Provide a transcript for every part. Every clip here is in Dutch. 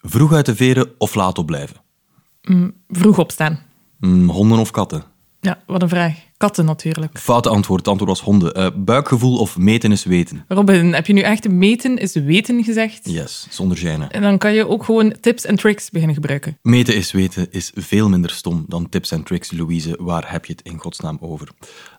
Vroeg uit de veren of laat opblijven? Vroeg opstaan. Honden of katten? Ja, wat een vraag. Katten natuurlijk. Foute antwoord. Het antwoord was honden. Buikgevoel of meten is weten? Robin, heb je nu echt meten is weten gezegd? Yes, zonder gêne. En dan kan je ook gewoon tips en tricks beginnen gebruiken. Meten is weten is veel minder stom dan tips en tricks, Louise. Waar heb je het in godsnaam over?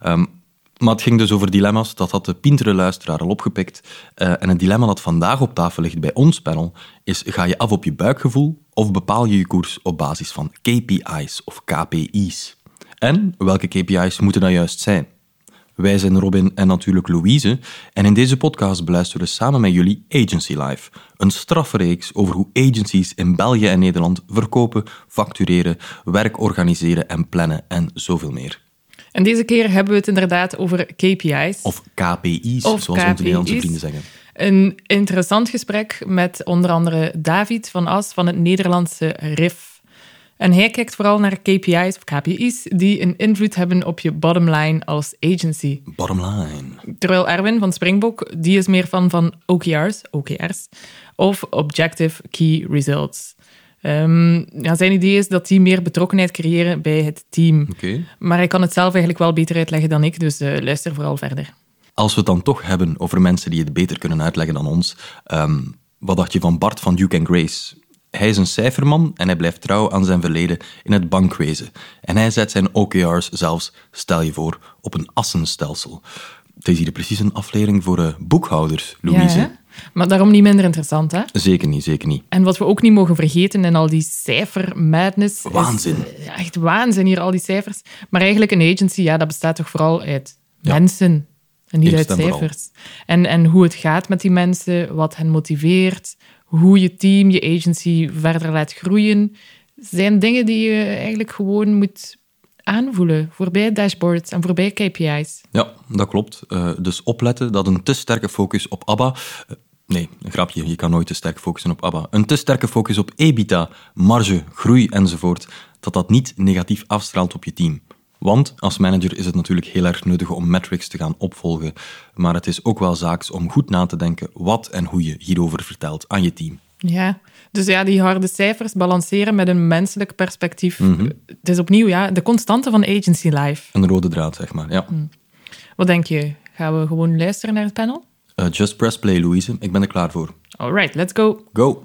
Maar het ging dus over dilemma's. Dat had de pintere luisteraar al opgepikt. En het dilemma dat vandaag op tafel ligt bij ons panel is: ga je af op je buikgevoel of bepaal je je koers op basis van KPI's of KPI's? En welke KPI's moeten dat juist zijn? Wij zijn Robin en natuurlijk Louise. En in deze podcast beluisteren we samen met jullie Agency Life. Een strafreeks over hoe agencies in België en Nederland verkopen, factureren, werk organiseren en plannen en zoveel meer. En deze keer hebben we het inderdaad over KPI's. Of KPI's, zoals onze Nederlandse vrienden zeggen. Een interessant gesprek met onder andere David van As van het Nederlandse RIF. En hij kijkt vooral naar KPI's of KPI's die een invloed hebben op je bottomline als agency. Bottomline. Terwijl Erwin van Springbok, die is meer van OKR's, of Objective Key Results. Zijn idee is dat die meer betrokkenheid creëren bij het team. Okay. Maar hij kan het zelf eigenlijk wel beter uitleggen dan ik, dus luister vooral verder. Als we het dan toch hebben over mensen die het beter kunnen uitleggen dan ons, wat dacht je van Bart van Duke & Grace? Hij is een cijferman en hij blijft trouw aan zijn verleden in het bankwezen. En hij zet zijn OKR's zelfs, stel je voor, op een assenstelsel. Het is hier precies een aflevering voor boekhouders, Louise. Ja, maar daarom niet minder interessant, hè? Zeker niet, zeker niet. En wat we ook niet mogen vergeten in al die cijfermadness... Waanzin. Is, echt waanzin hier, al die cijfers. Maar eigenlijk een agency, dat bestaat toch vooral uit mensen en niet uit cijfers. En hoe het gaat met die mensen, wat hen motiveert, hoe je team, je agency verder laat groeien, zijn dingen die je eigenlijk gewoon moet aanvoelen voorbij dashboards en voorbij KPI's. Ja, dat klopt. Dus opletten dat een te sterke focus op ABBA... Nee, een grapje, je kan nooit te sterk focussen op ABBA. Een te sterke focus op EBITDA, marge, groei enzovoort, dat niet negatief afstraalt op je team. Want als manager is het natuurlijk heel erg nuttig om metrics te gaan opvolgen, maar het is ook wel zaaks om goed na te denken wat en hoe je hierover vertelt aan je team. Ja, dus die harde cijfers balanceren met een menselijk perspectief. Mm-hmm. Het is opnieuw de constante van agency life. Een rode draad, zeg maar, ja. Wat denk je? Gaan we gewoon luisteren naar het panel? Just press play, Louise. Ik ben er klaar voor. All right, let's go. Go.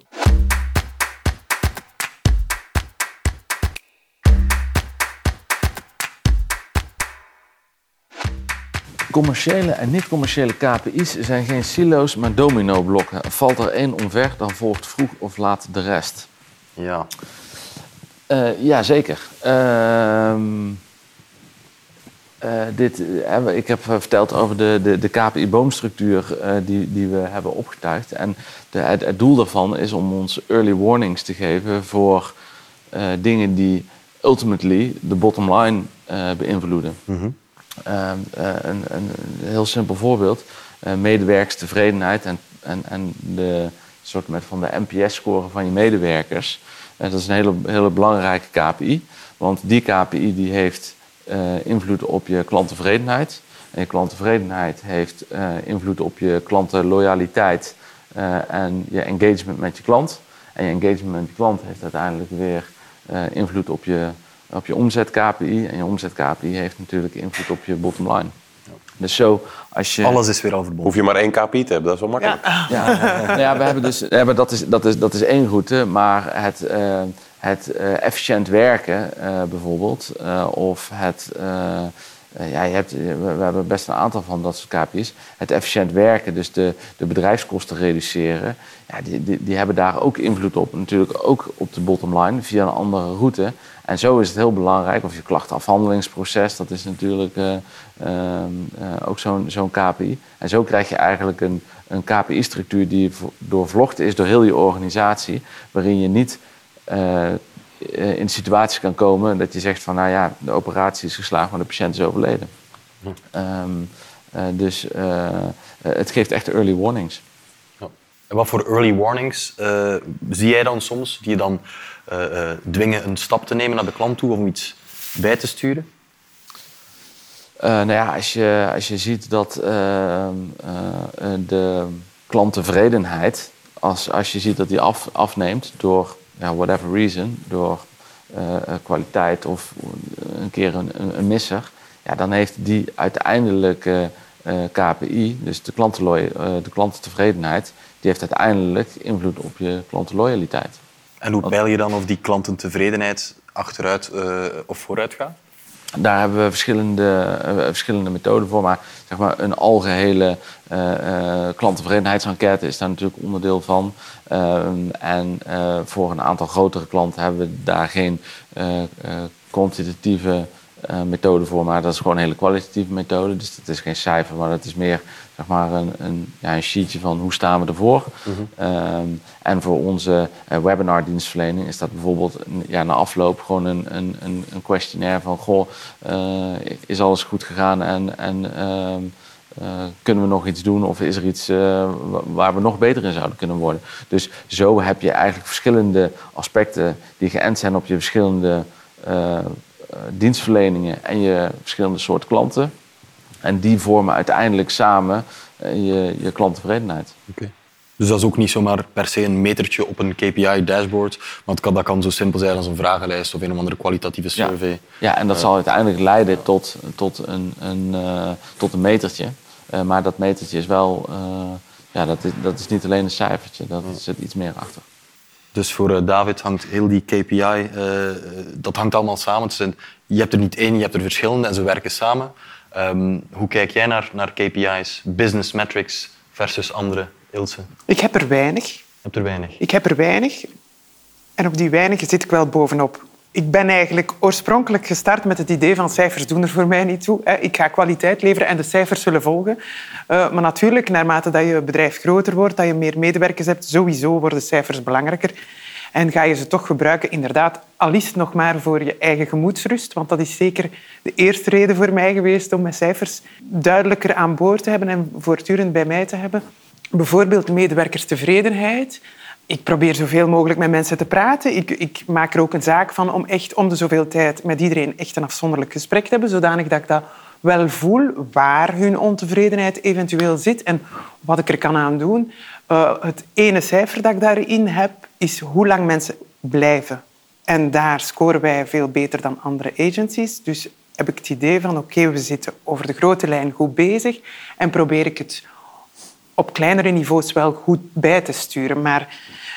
Commerciële en niet-commerciële KPI's zijn geen silo's, maar dominoblokken. Valt er één omver, dan volgt vroeg of laat de rest. Ja. Ja, zeker. Ik heb verteld over de KPI-boomstructuur die we hebben opgetuigd. En het doel daarvan is om ons early warnings te geven voor dingen die ultimately de bottom line beïnvloeden. Mm-hmm. Een heel simpel voorbeeld. Medewerkerstevredenheid en de soort van de NPS-score van je medewerkers. Dat is een hele belangrijke KPI. Want die KPI die heeft invloed op je klanttevredenheid. En je klanttevredenheid heeft invloed op je klantenloyaliteit en je engagement met je klant. En je engagement met je klant heeft uiteindelijk weer invloed op je omzet-KPI. En je omzet-KPI heeft natuurlijk invloed op je bottom line. Ja. Dus zo, als je... Alles is weer al verbonden. Hoef je maar één KPI te hebben, dat is wel makkelijk. Ja, we hebben dus... Dat is één route, maar het efficiënt werken bijvoorbeeld, of het... we hebben best een aantal van dat soort KPI's. Het efficiënt werken, dus de bedrijfskosten reduceren, die hebben daar ook invloed op. Natuurlijk ook op de bottom line via een andere route. En zo is het heel belangrijk, of je klachtenafhandelingsproces, dat is natuurlijk ook zo'n KPI. En zo krijg je eigenlijk een KPI-structuur die doorvlochten is door heel je organisatie, waarin je niet in de situatie kan komen dat je zegt van, de operatie is geslaagd, maar de patiënt is overleden. Dus het geeft echt early warnings. Ja. En wat voor early warnings zie jij dan soms, die je dan dwingen een stap te nemen naar de klant toe om iets bij te sturen? Als je ziet dat de klanttevredenheid als je ziet dat die afneemt door whatever reason, door kwaliteit of een keer een misser, dan heeft die uiteindelijke KPI, dus de klantentevredenheid, die heeft uiteindelijk invloed op je klantenloyaliteit. En hoe peil je dan of die klantentevredenheid achteruit of vooruit gaat? Daar hebben we verschillende methoden voor, maar zeg maar een algehele klanttevredenheidsenquête is daar natuurlijk onderdeel van. En voor een aantal grotere klanten hebben we daar geen kwantitatieve methode voor, maar dat is gewoon een hele kwalitatieve methode. Dus dat is geen cijfer, maar dat is meer zeg maar een sheetje van hoe staan we ervoor. Mm-hmm. En voor onze webinardienstverlening is dat bijvoorbeeld na afloop gewoon een questionnaire van is alles goed gegaan en kunnen we nog iets doen of is er iets waar we nog beter in zouden kunnen worden. Dus zo heb je eigenlijk verschillende aspecten die geënt zijn op je verschillende dienstverleningen en je verschillende soorten klanten. En die vormen uiteindelijk samen je klanttevredenheid. Okay. Dus dat is ook niet zomaar per se een metertje op een KPI-dashboard, want dat kan zo simpel zijn als een vragenlijst of een of andere kwalitatieve survey. Ja, en dat zal uiteindelijk leiden tot een metertje. Maar dat metertje is wel... dat is niet alleen een cijfertje, daar zit iets meer achter. Dus voor David hangt heel die KPI, dat hangt allemaal samen. Je hebt er niet één, je hebt er verschillende en ze werken samen. Hoe kijk jij naar KPI's, business metrics versus andere, Ilse? Ik heb er weinig. Ik heb er weinig. En op die weinige zit ik wel bovenop. Ik ben eigenlijk oorspronkelijk gestart met het idee van cijfers doen er voor mij niet toe. Ik ga kwaliteit leveren en de cijfers zullen volgen. Maar natuurlijk, naarmate dat je bedrijf groter wordt, dat je meer medewerkers hebt, sowieso worden cijfers belangrijker. En ga je ze toch gebruiken, inderdaad, al is het nog maar voor je eigen gemoedsrust. Want dat is zeker de eerste reden voor mij geweest om mijn cijfers duidelijker aan boord te hebben en voortdurend bij mij te hebben. Bijvoorbeeld medewerkerstevredenheid. Ik probeer zoveel mogelijk met mensen te praten. Ik maak er ook een zaak van om echt om de zoveel tijd met iedereen echt een afzonderlijk gesprek te hebben, zodanig dat ik dat wel voel, waar hun ontevredenheid eventueel zit en wat ik er kan aan doen. Het ene cijfer dat ik daarin heb, is hoe lang mensen blijven. En daar scoren wij veel beter dan andere agencies. Dus heb ik het idee van, oké, we zitten over de grote lijn goed bezig en probeer ik het op kleinere niveaus wel goed bij te sturen. Maar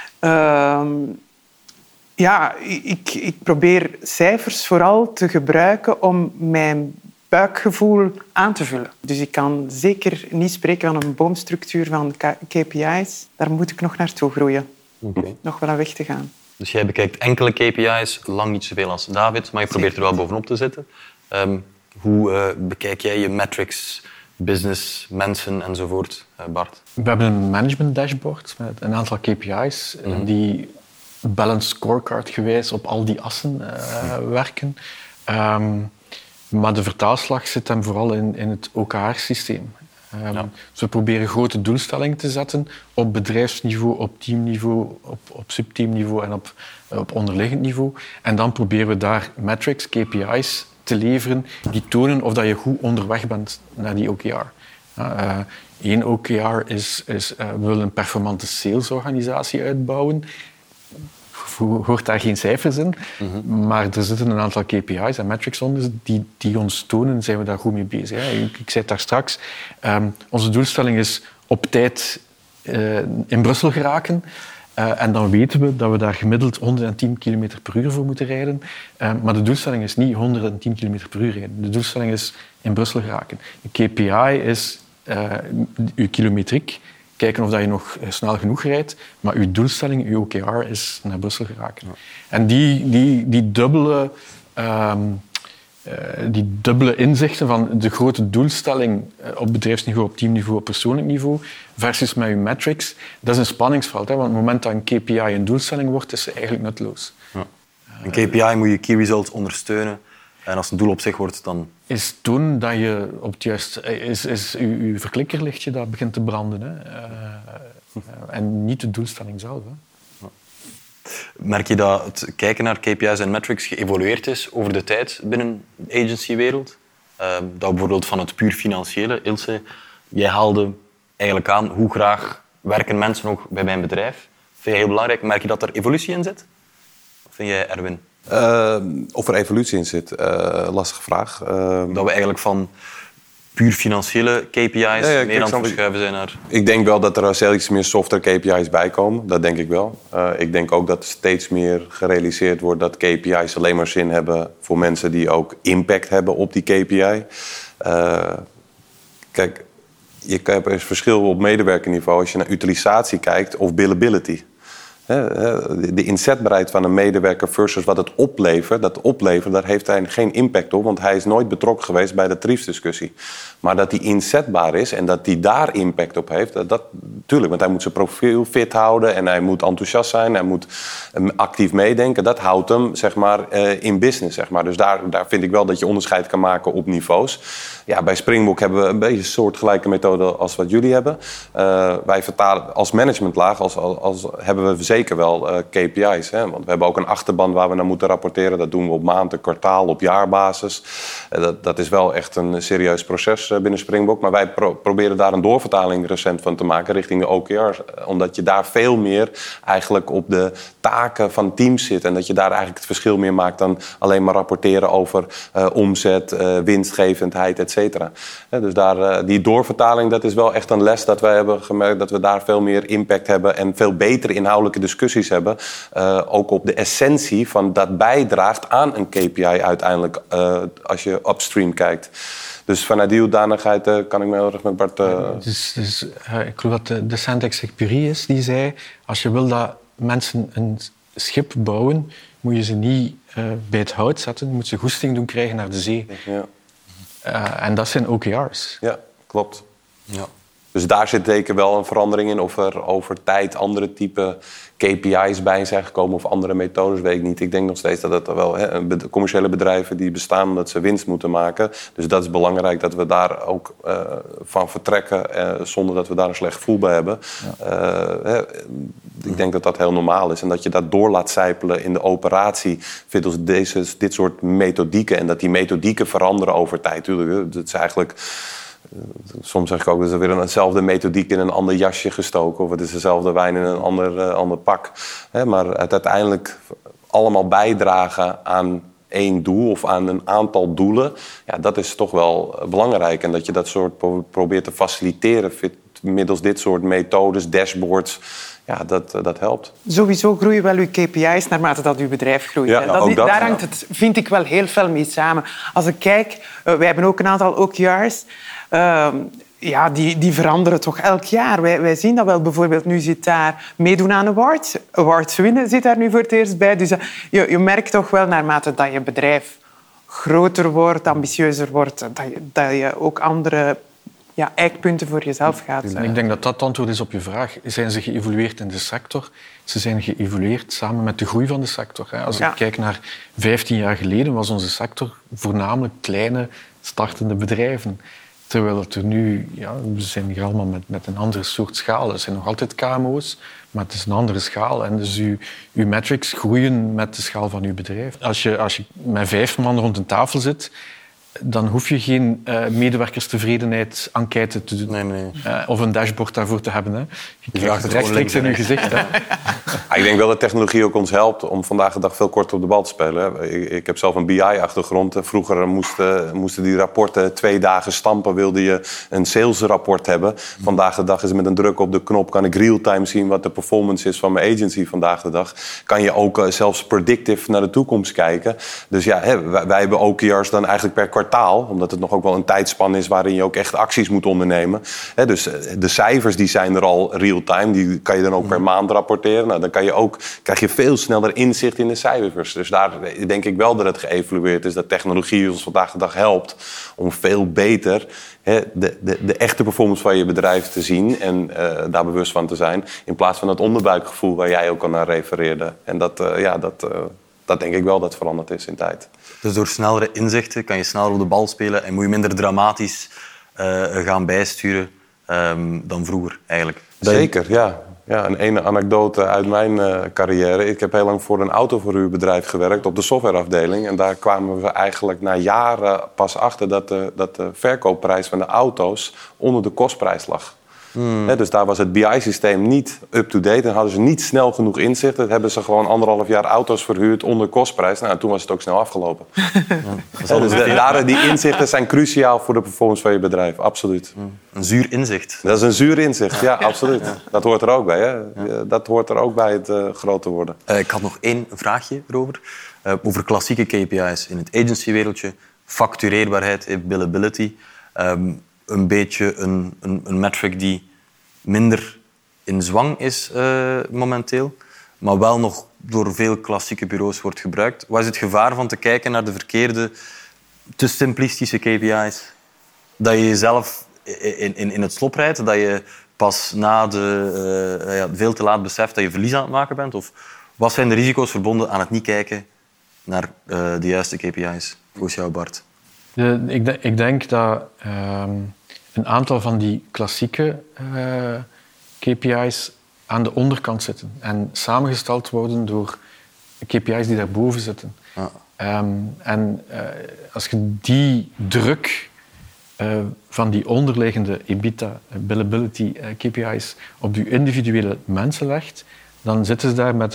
ik probeer cijfers vooral te gebruiken om mijn buikgevoel aan te vullen. Dus ik kan zeker niet spreken van een boomstructuur van KPI's. Daar moet ik nog naartoe groeien. Okay. Nog wel een weg te gaan. Dus jij bekijkt enkele KPI's, lang niet zoveel als David, maar je probeert er wel bovenop te zitten. Hoe bekijk jij je metrics, business, mensen enzovoort, Bart? We hebben een management dashboard met een aantal KPI's die balanced scorecard gewijs op al die assen werken. Maar de vertaalslag zit hem vooral in het OKR-systeem. Dus we proberen grote doelstellingen te zetten op bedrijfsniveau, op teamniveau, op subteamniveau en op onderliggend niveau. En dan proberen we daar metrics, KPI's te leveren die tonen of dat je goed onderweg bent naar die OKR. Eén OKR is we willen een performante salesorganisatie uitbouwen. Hoort daar geen cijfers in, maar er zitten een aantal KPI's en metrics onder die ons tonen, zijn we daar goed mee bezig. Ik zei het daar straks, onze doelstelling is op tijd in Brussel geraken. En dan weten we dat we daar gemiddeld 110 km per uur voor moeten rijden. Maar de doelstelling is niet 110 km per uur rijden. De doelstelling is in Brussel geraken. De KPI is uw kilometriek. Kijken of je nog snel genoeg rijdt. Maar uw doelstelling, uw OKR, is naar Brussel geraken. Ja. En die dubbele inzichten van de grote doelstelling op bedrijfsniveau, op teamniveau, op persoonlijk niveau, versus met uw metrics, dat is een spanningsveld. Want op het moment dat een KPI een doelstelling wordt, is ze eigenlijk nutteloos. Ja. Een KPI moet je key results ondersteunen. En als een doel op zich wordt, dan... Is tonen dat je op het juiste... Is uw verklikkerlichtje dat begint te branden. Hè? En niet de doelstelling zelf. Hè? Ja. Merk je dat het kijken naar KPI's en metrics geëvolueerd is over de tijd binnen de agencywereld? Dat bijvoorbeeld van het puur financiële, Ilse, jij haalde eigenlijk aan hoe graag werken mensen ook bij mijn bedrijf? Vind je heel belangrijk? Merk je dat er evolutie in zit? Wat vind jij, Erwin? Of er evolutie in zit, lastige vraag. Dat we eigenlijk van puur financiële KPI's meer aan het verschuiven zijn naar... Ik denk wel dat er steeds meer software KPI's bij komen. Dat denk ik wel. Ik denk ook dat steeds meer gerealiseerd wordt dat KPI's alleen maar zin hebben voor mensen die ook impact hebben op die KPI. Kijk, er is verschil op medewerkerniveau als je naar utilisatie kijkt of billability. De inzetbaarheid van een medewerker versus wat het oplevert, daar heeft hij geen impact op, want hij is nooit betrokken geweest bij de tariefsdiscussie. Maar dat hij inzetbaar is en dat hij daar impact op heeft, dat natuurlijk, want hij moet zijn profiel fit houden en hij moet enthousiast zijn, hij moet actief meedenken. Dat houdt hem, zeg maar, in business, zeg maar. Dus daar vind ik wel dat je onderscheid kan maken op niveaus. Ja, bij Springbok hebben we een beetje een soortgelijke methode als wat jullie hebben. Wij vertalen als managementlaag, als hebben we zeker wel KPI's. Hè? Want we hebben ook een achterban waar we naar moeten rapporteren. Dat doen we op maand, kwartaal, op jaarbasis. Dat is wel echt een serieus proces binnen Springbok. Maar wij proberen daar een doorvertaling recent van te maken richting de OKR's. Omdat je daar veel meer eigenlijk op de taken van teams zit. En dat je daar eigenlijk het verschil meer maakt dan alleen maar rapporteren over omzet, winstgevendheid, et cetera. Dus die doorvertaling, dat is wel echt een les dat wij hebben gemerkt. Dat we daar veel meer impact hebben en veel betere inhoudelijke discussies hebben. Ook op de essentie van dat bijdraagt aan een KPI uiteindelijk als je upstream kijkt. Dus vanuit die hoedanigheid kan ik me heel erg met Bart... ik geloof dat de Saint-Exupéry is die zei, als je wil dat mensen een schip bouwen, moet je ze niet bij het hout zetten, je moet ze goesting doen krijgen naar de zee. Ja. En dat zijn OKR's. Ja, klopt. Ja. Dus daar zit zeker wel een verandering in. Of er over tijd andere type KPI's bij zijn gekomen of andere methodes, weet ik niet. Ik denk nog steeds dat het wel commerciële bedrijven die bestaan omdat ze winst moeten maken. Dus dat is belangrijk dat we daar ook van vertrekken zonder dat we daar een slecht gevoel bij hebben. Ja. Ik denk dat dat heel normaal is. En dat je dat door laat sijpelen in de operatie middels dit soort methodieken. En dat die methodieken veranderen over tijd. Tuurlijk, het is eigenlijk... Soms zeg ik ook, dat is weer eenzelfde methodiek in een ander jasje gestoken. Of het is dezelfde wijn in een ander pak. Maar het uiteindelijk allemaal bijdragen aan één doel of aan een aantal doelen. Ja, dat is toch wel belangrijk. En dat je dat soort probeert te faciliteren middels dit soort methodes, dashboards. Ja, dat helpt. Sowieso groeien wel uw KPI's naarmate dat uw bedrijf groeit. Ja, daar hangt het, vind ik, wel heel veel mee samen. Als ik kijk, wij hebben ook een aantal OKR's. Die veranderen toch elk jaar. Wij zien dat wel. Bijvoorbeeld, nu zit daar meedoen aan awards. Awards winnen zit daar nu voor het eerst bij. Dus je merkt toch wel, naarmate dat je bedrijf groter wordt, ambitieuzer wordt, dat je ook andere eikpunten voor jezelf gaat. Ik denk dat dat het antwoord is op je vraag. Zijn ze geëvolueerd in de sector? Ze zijn geëvolueerd samen met de groei van de sector. Als ik kijk naar 15 jaar geleden, was onze sector voornamelijk kleine, startende bedrijven. Terwijl het er nu... we zijn hier allemaal met een andere soort schaal. Er zijn nog altijd KMO's, maar het is een andere schaal. En dus uw metrics groeien met de schaal van uw bedrijf. Als je met 5 man rond een tafel zit, dan hoef je geen medewerkerstevredenheid-enquête te doen. Nee. Of een dashboard daarvoor te hebben. Hè. Je krijgt het rechtstreeks in je gezicht. Hè. Ik denk wel dat technologie ook ons helpt om vandaag de dag veel korter op de bal te spelen. Ik heb zelf een BI-achtergrond. Vroeger moesten die rapporten 2 dagen stampen. Wilde je een salesrapport hebben. Vandaag de dag is het met een druk op de knop. Kan ik real-time zien wat de performance is van mijn agency vandaag de dag. Kan je ook zelfs predictive naar de toekomst kijken. Dus wij hebben OKR's dan eigenlijk per kwartaal. Omdat het nog ook wel een tijdspan is waarin je ook echt acties moet ondernemen. Dus de cijfers die zijn er al real-time. Die kan je dan ook per maand rapporteren. Nou, dan krijg je veel sneller inzicht in de cijfers. Dus daar denk ik wel dat het geëvolueerd is. Dat technologie ons vandaag de dag helpt om veel beter de echte performance van je bedrijf te zien. En daar bewust van te zijn. In plaats van het onderbuikgevoel waar jij ook al naar refereerde. En dat denk ik wel dat veranderd is in tijd. Dus door snellere inzichten kan je sneller op de bal spelen en moet je minder dramatisch gaan bijsturen dan vroeger eigenlijk. Zeker, ja. Een ene anekdote uit mijn carrière. Ik heb heel lang voor een autoverhuurbedrijf gewerkt op de softwareafdeling. En daar kwamen we eigenlijk na jaren pas achter dat de verkoopprijs van de auto's onder de kostprijs lag. Dus daar was het BI-systeem niet up-to-date en hadden ze niet snel genoeg inzicht. Dat hebben ze gewoon 1,5 jaar auto's verhuurd onder kostprijs. Nou, toen was het ook snel afgelopen. Dus die inzichten zijn cruciaal voor de performance van je bedrijf, absoluut. Een zuur inzicht. Dat is een zuur inzicht, ja, absoluut. Dat hoort er ook bij, hè? Dat hoort er ook bij het groter worden. Ik had nog 1 vraagje erover. Over klassieke KPI's in het agency-wereldje. Factureerbaarheid, billability. Een beetje een metric die minder in zwang is momenteel, maar wel nog door veel klassieke bureaus wordt gebruikt. Wat is het gevaar van te kijken naar de verkeerde, te simplistische KPI's? Dat je jezelf in het slop rijdt, dat je pas na veel te laat beseft dat je verlies aan het maken bent? Of wat zijn de risico's verbonden aan het niet kijken naar de juiste KPI's? Volgens jou, Bart? Ik denk dat een aantal van die klassieke KPI's aan de onderkant zitten en samengesteld worden door KPI's die daarboven zitten. Als je die druk van die onderliggende EBITDA, billability KPI's op je individuele mensen legt, dan zitten ze daar met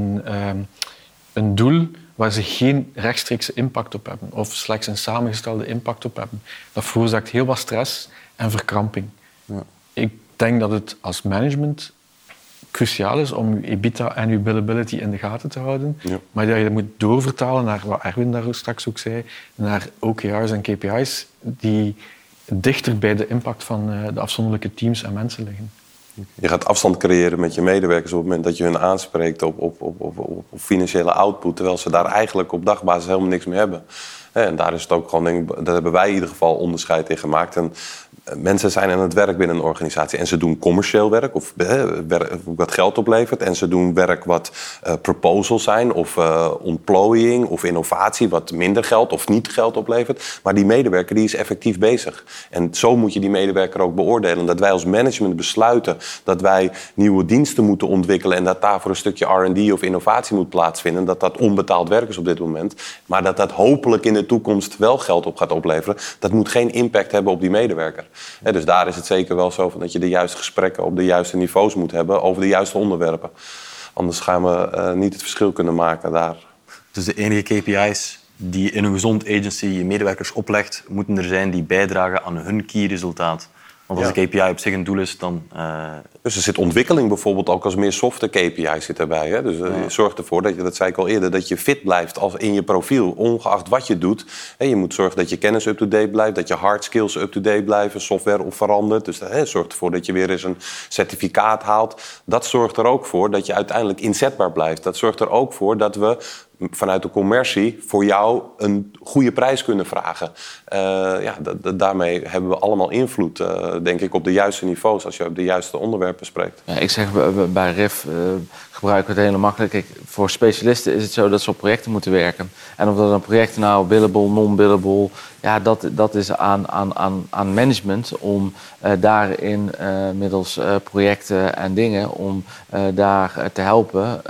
een doel waar ze geen rechtstreekse impact op hebben of slechts een samengestelde impact op hebben. Dat veroorzaakt heel wat stress en verkramping. Ja. Ik denk dat het als management cruciaal is om je EBITDA en je billability in de gaten te houden, maar dat je dat moet doorvertalen naar wat Erwin daar straks ook zei, naar OKR's en KPI's die dichter bij de impact van de afzonderlijke teams en mensen liggen. Je gaat afstand creëren met je medewerkers op het moment dat je hun aanspreekt op financiële output, terwijl ze daar eigenlijk op dagbasis helemaal niks mee hebben. En daar is het ook gewoon, daar hebben wij in ieder geval onderscheid in gemaakt. En mensen zijn aan het werk binnen een organisatie en ze doen commercieel werk of werk wat geld oplevert. En ze doen werk wat proposals zijn of ontplooiing of innovatie wat minder geld of niet geld oplevert. Maar die medewerker die is effectief bezig. En zo moet je die medewerker ook beoordelen. Dat wij als management besluiten dat wij nieuwe diensten moeten ontwikkelen en dat daarvoor een stukje R&D of innovatie moet plaatsvinden. Dat onbetaald werk is op dit moment. Maar dat hopelijk in de toekomst wel geld op gaat opleveren. Dat moet geen impact hebben op die medewerker. Dus daar is het zeker wel zo van dat je de juiste gesprekken op de juiste niveaus moet hebben over de juiste onderwerpen. Anders gaan we niet het verschil kunnen maken daar. Dus de enige KPI's die in een gezond agency je medewerkers oplegt, moeten er zijn die bijdragen aan hun key resultaat. Want als de KPI op zich een doel is, dan... Dus er zit ontwikkeling bijvoorbeeld ook als meer softe KPI zit erbij. Hè? Dus je zorgt ervoor, dat zei ik al eerder, dat je fit blijft als in je profiel. Ongeacht wat je doet. Je moet zorgen dat je kennis up-to-date blijft. Dat je hard skills up-to-date blijven. Software of verandert. Dus zorg ervoor dat je weer eens een certificaat haalt. Dat zorgt er ook voor dat je uiteindelijk inzetbaar blijft. Dat zorgt er ook voor dat we vanuit de commercie voor jou een goede prijs kunnen vragen. Daarmee hebben we allemaal invloed, denk ik, op de juiste niveaus als je op de juiste onderwerpen spreekt. Ja, ik zeg bij RIF gebruiken we het heel makkelijk. Kijk, voor specialisten is het zo dat ze op projecten moeten werken. En of dat een project nou billable, non-billable, ja, dat is aan management om daarin middels projecten en dingen om daar te helpen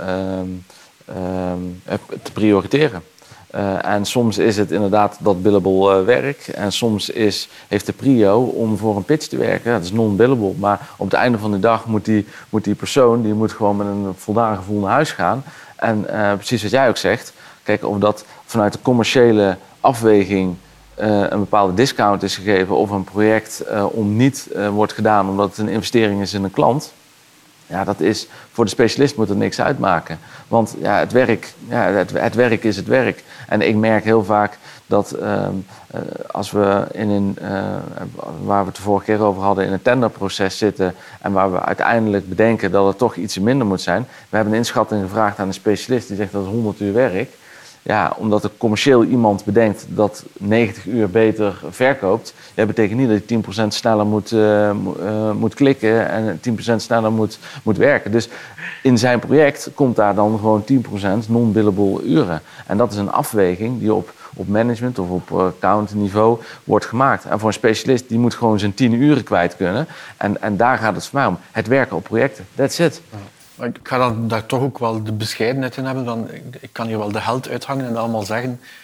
te prioriteren. En soms is het inderdaad dat billable werk. En soms heeft de prio om voor een pitch te werken. Dat is non-billable. Maar op het einde van de dag moet die persoon gewoon met een voldaan gevoel naar huis gaan. En precies wat jij ook zegt. Kijk, of dat vanuit de commerciële afweging een bepaalde discount is gegeven of een project niet wordt gedaan omdat het een investering is in een klant. Ja, dat is, voor de specialist moet er niks uitmaken. Want ja, het werk is het werk. En ik merk heel vaak dat als we waar we het de vorige keer over hadden, in een tenderproces zitten en waar we uiteindelijk bedenken dat het toch iets minder moet zijn. We hebben een inschatting gevraagd aan een specialist die zegt dat is 100 uur werk. Ja, omdat er commercieel iemand bedenkt dat 90 uur beter verkoopt, dat betekent niet dat je 10% sneller moet klikken en 10% sneller moet werken. Dus in zijn project komt daar dan gewoon 10% non-billable uren. En dat is een afweging die op management of op accountniveau wordt gemaakt. En voor een specialist die moet gewoon zijn 10 uren kwijt kunnen. En daar gaat het voor mij om. Het werken op projecten. That's it. Ja. Ik ga dan daar toch ook wel de bescheidenheid in hebben. Ik kan hier wel de held uithangen en allemaal zeggen...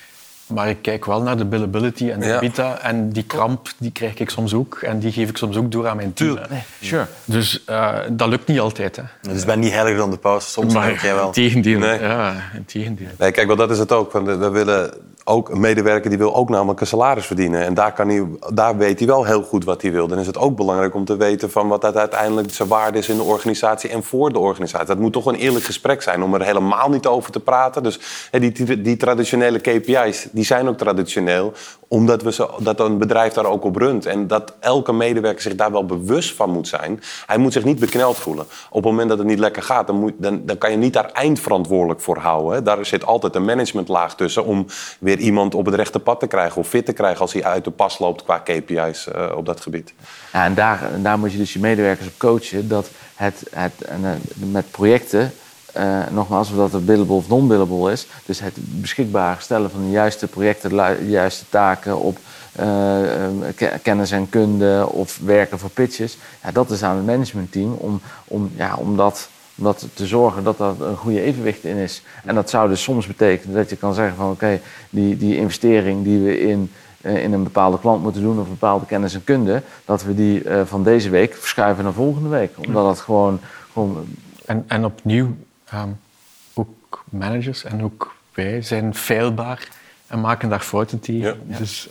Maar ik kijk wel naar de billability en de EBITDA. En die kramp die krijg ik soms ook. En die geef ik soms ook door aan mijn team. Sure. Dus dat lukt niet altijd. Hè. Dus ik ben niet heiliger dan de paus. Soms merk jij wel. Integendeel. Nee. Ja, integendeel. Nee, kijk, wel, dat is het ook. We willen ook een medewerker die wil ook namelijk een salaris verdienen. En daar weet hij wel heel goed wat hij wil. Dan is het ook belangrijk om te weten van wat dat uiteindelijk zijn waarde is in de organisatie en voor de organisatie. Dat moet toch een eerlijk gesprek zijn om er helemaal niet over te praten. Dus die traditionele KPI's, die zijn ook traditioneel, omdat dat een bedrijf daar ook op runt. En dat elke medewerker zich daar wel bewust van moet zijn. Hij moet zich niet bekneld voelen. Op het moment dat het niet lekker gaat, dan kan je niet daar eindverantwoordelijk voor houden. Hè. Daar zit altijd een managementlaag tussen om weer iemand op het rechte pad te krijgen of fit te krijgen als hij uit de pas loopt qua KPI's op dat gebied. Ja, en daar moet je dus je medewerkers op coachen dat met projecten, nogmaals, of dat het billable of non-billable is, dus het beschikbaar stellen van de juiste projecten, de juiste taken op kennis en kunde of werken voor pitches, dat is aan het managementteam om dat te zorgen dat er een goede evenwicht in is. En dat zou dus soms betekenen dat je kan zeggen van oké, die investering die we in een bepaalde klant moeten doen of een bepaalde kennis en kunde, dat we die van deze week verschuiven naar volgende week. Omdat het gewoon... En opnieuw, ook managers en ook wij zijn feilbaar en maken daar fouten tegen. Ja. Dus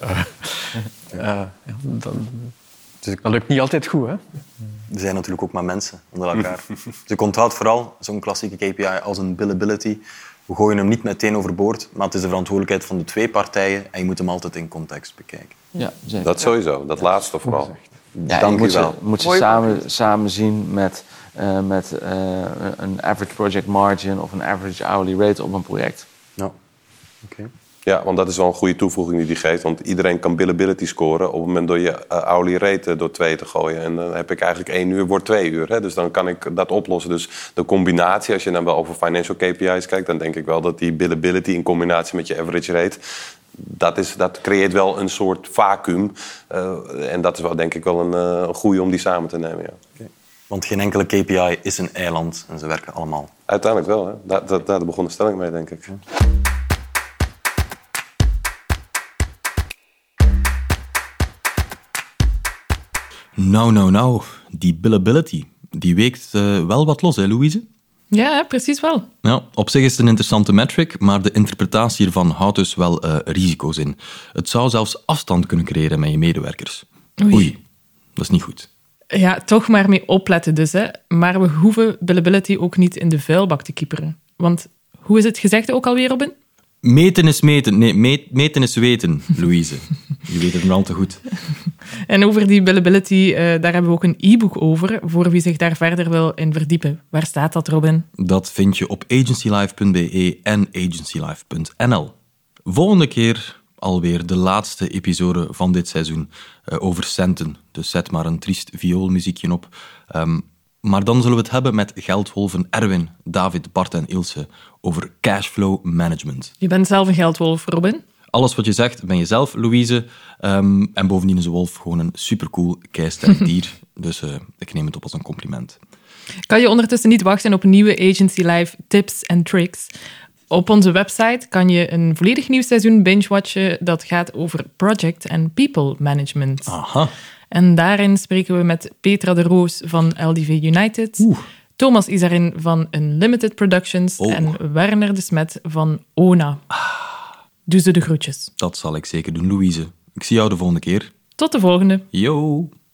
dat lukt niet altijd goed, hè? Er zijn natuurlijk ook maar mensen onder elkaar. Dus ik onthoud vooral zo'n klassieke KPI als een billability. We gooien hem niet meteen overboord, maar het is de verantwoordelijkheid van de twee partijen en je moet hem altijd in context bekijken. Ja, zeker. Dat sowieso, dat laatste vooral. Ja, Dank u wel. Moet je samen zien met een average project margin of een average hourly rate op een project. Ja, oké. Ja, want dat is wel een goede toevoeging die geeft. Want iedereen kan billability scoren op het moment door je hourly rate door 2 te gooien. En dan heb ik eigenlijk 1 uur, wordt 2 uur. Hè? Dus dan kan ik dat oplossen. Dus de combinatie, als je dan wel over financial KPI's kijkt, dan denk ik wel dat die billability in combinatie met je average rate, dat creëert wel een soort vacuüm. En dat is wel denk ik wel een goede om die samen te nemen. Ja. Okay. Want geen enkele KPI is een eiland en ze werken allemaal. Uiteindelijk wel, hè? Daar begon de stelling mee, denk ik. Nou. Die billability, die weekt wel wat los, hè, Louise? Ja, precies wel. Ja, op zich is het een interessante metric, maar de interpretatie hiervan houdt dus wel risico's in. Het zou zelfs afstand kunnen creëren met je medewerkers. Oei, dat is niet goed. Ja, toch maar mee opletten dus. Hè. Maar we hoeven billability ook niet in de vuilbak te kieperen. Want hoe is het gezegd ook alweer, Robin? Meten is meten. Nee, meten is weten, Louise. Je weet het maar al te goed. En over die billability, daar hebben we ook een e-book over, voor wie zich daar verder wil in verdiepen. Waar staat dat, Robin? Dat vind je op agencylife.be en agencylife.nl. Volgende keer alweer de laatste episode van dit seizoen over centen. Dus zet maar een triest vioolmuziekje op. Maar dan zullen we het hebben met geldwolven Erwin, David, Bart en Ilse over cashflow management. Je bent zelf een geldwolf, Robin. Alles wat je zegt, ben je zelf, Louise. En bovendien is een wolf gewoon een supercool, keisterk dier. Dus ik neem het op als een compliment. Kan je ondertussen niet wachten op nieuwe Agency Life tips en tricks? Op onze website kan je een volledig nieuw seizoen binge-watchen dat gaat over project en people management. Aha. En daarin spreken we met Petra de Roos van LDV United, Thomas Isarin van Unlimited Productions en Werner de Smet van ONA. Doe ze de groetjes. Dat zal ik zeker doen, Louise. Ik zie jou de volgende keer. Tot de volgende. Yo.